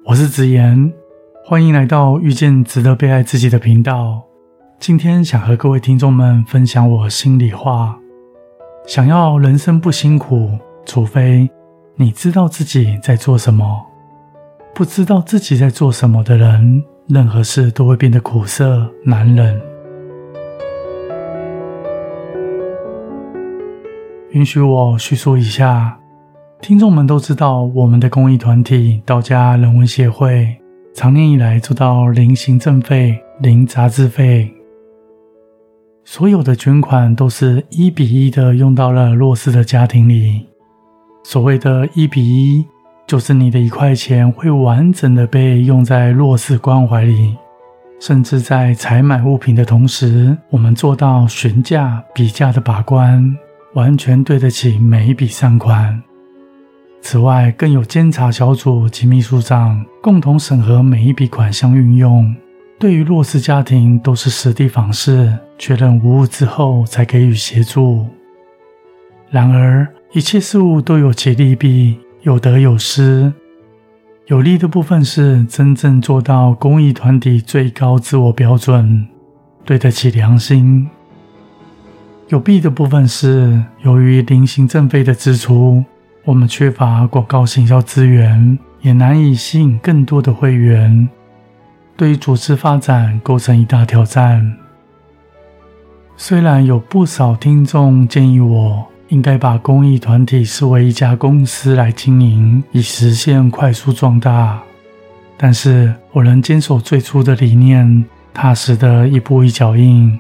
我是子言，欢迎来到遇见值得被爱自己的频道。今天想和各位听众们分享我心里话。想要人生不辛苦，除非你知道自己在做什么。不知道自己在做什么的人，任何事都会变得苦涩难忍。允许我叙述一下，听众们都知道我们的公益团体道家人文协会长年以来做到零行政费、零杂志费，所有的捐款都是1比1的用到了弱势的家庭里。所谓的1比1，就是你的1块钱会完整的被用在弱势关怀里，甚至在采买物品的同时，我们做到询价、比价的把关，完全对得起每一笔善款。此外，更有监察小组及秘书长共同审核每一笔款项运用，对于弱势家庭都是实地访视，确认无误之后才给予协助。然而，一切事物都有其利弊，有得有失。有利的部分是真正做到公益团体最高自我标准，对得起良心。有弊的部分是，由于零行政费的支出，我们缺乏广告行销资源，也难以吸引更多的会员，对于组织发展构成一大挑战。虽然有不少听众建议我应该把公益团体视为一家公司来经营，以实现快速壮大，但是我仍坚守最初的理念，踏实的一步一脚印。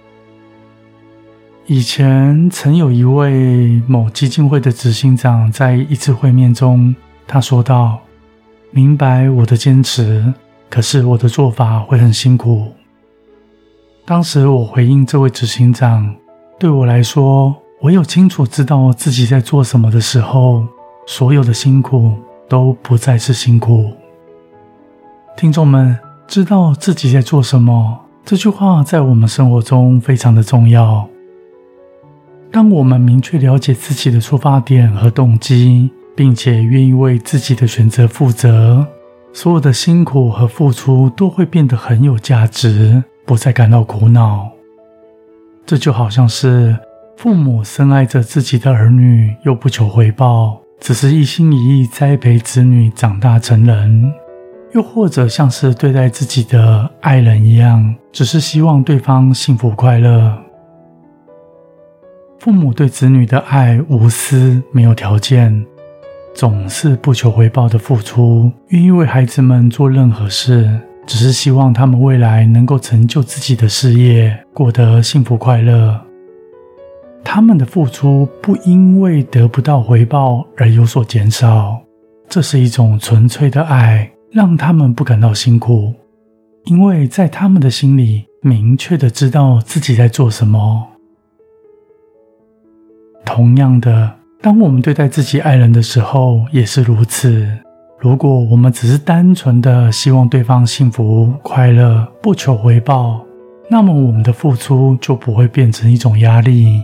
以前曾有一位某基金会的执行长在一次会面中，他说道：明白我的坚持，可是我的做法会很辛苦。当时我回应这位执行长，对我来说，唯有清楚知道自己在做什么的时候，所有的辛苦都不再是辛苦。听众们，知道自己在做什么，这句话在我们生活中非常的重要。当我们明确了解自己的出发点和动机，并且愿意为自己的选择负责，所有的辛苦和付出都会变得很有价值，不再感到苦恼。这就好像是父母深爱着自己的儿女，又不求回报，只是一心一意栽培子女长大成人。又或者像是对待自己的爱人一样，只是希望对方幸福快乐。父母对子女的爱无私，没有条件，总是不求回报的付出，愿意为孩子们做任何事，只是希望他们未来能够成就自己的事业，过得幸福快乐。他们的付出不因为得不到回报而有所减少，这是一种纯粹的爱，让他们不感到辛苦，因为在他们的心里明确的知道自己在做什么。同样的，当我们对待自己爱人的时候也是如此。如果我们只是单纯的希望对方幸福快乐，不求回报，那么我们的付出就不会变成一种压力。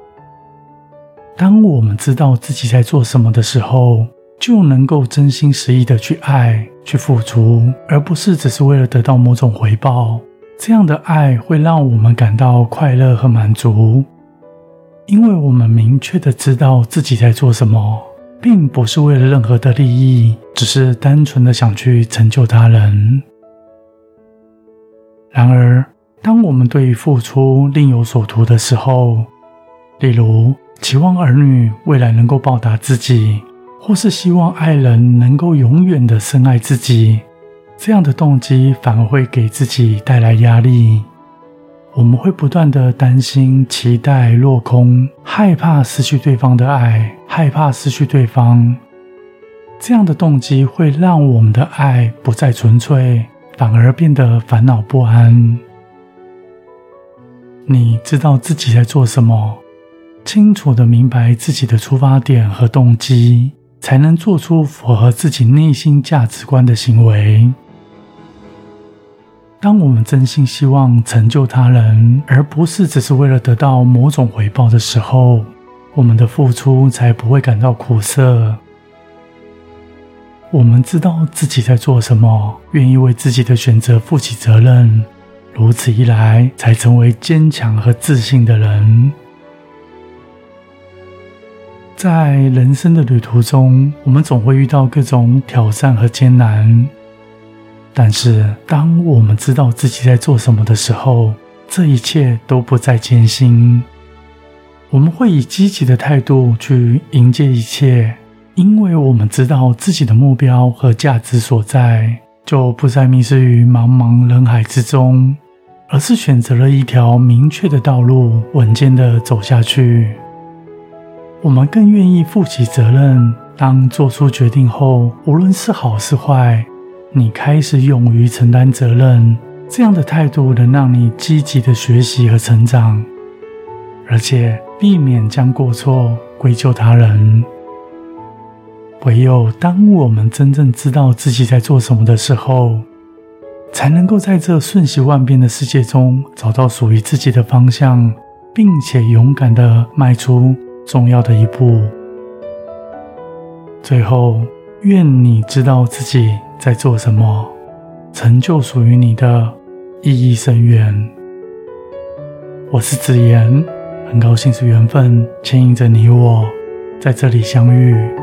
当我们知道自己在做什么的时候，就能够真心实意的去爱，去付出，而不是只是为了得到某种回报。这样的爱会让我们感到快乐和满足，因为我们明确的知道自己在做什么，并不是为了任何的利益，只是单纯的想去成就他人。然而，当我们对于付出另有所图的时候，例如期望儿女未来能够报答自己，或是希望爱人能够永远的深爱自己，这样的动机反而会给自己带来压力。我们会不断的担心期待落空，害怕失去对方的爱，害怕失去对方。这样的动机会让我们的爱不再纯粹，反而变得烦恼不安。你知道自己在做什么，清楚地明白自己的出发点和动机，才能做出符合自己内心价值观的行为。当我们真心希望成就他人，而不是只是为了得到某种回报的时候，我们的付出才不会感到苦涩。 我们知道自己在做什么，愿意为自己的选择负起责任，如此一来，才成为坚强和自信的人。在人生的旅途中，我们总会遇到各种挑战和艰难，但是当我们知道自己在做什么的时候，这一切都不再艰辛。我们会以积极的态度去迎接一切，因为我们知道自己的目标和价值所在，就不再迷失于茫茫人海之中，而是选择了一条明确的道路，稳健地走下去。我们更愿意负起责任，当做出决定后，无论是好是坏，你开始勇于承担责任，这样的态度能让你积极地学习和成长，而且避免将过错归咎他人。唯有当我们真正知道自己在做什么的时候，才能够在这瞬息万变的世界中找到属于自己的方向，并且勇敢地迈出重要的一步。最后，愿你知道自己在做什么，成就属于你的意义深远。我是子言，很高兴是缘分牵引着你我在这里相遇。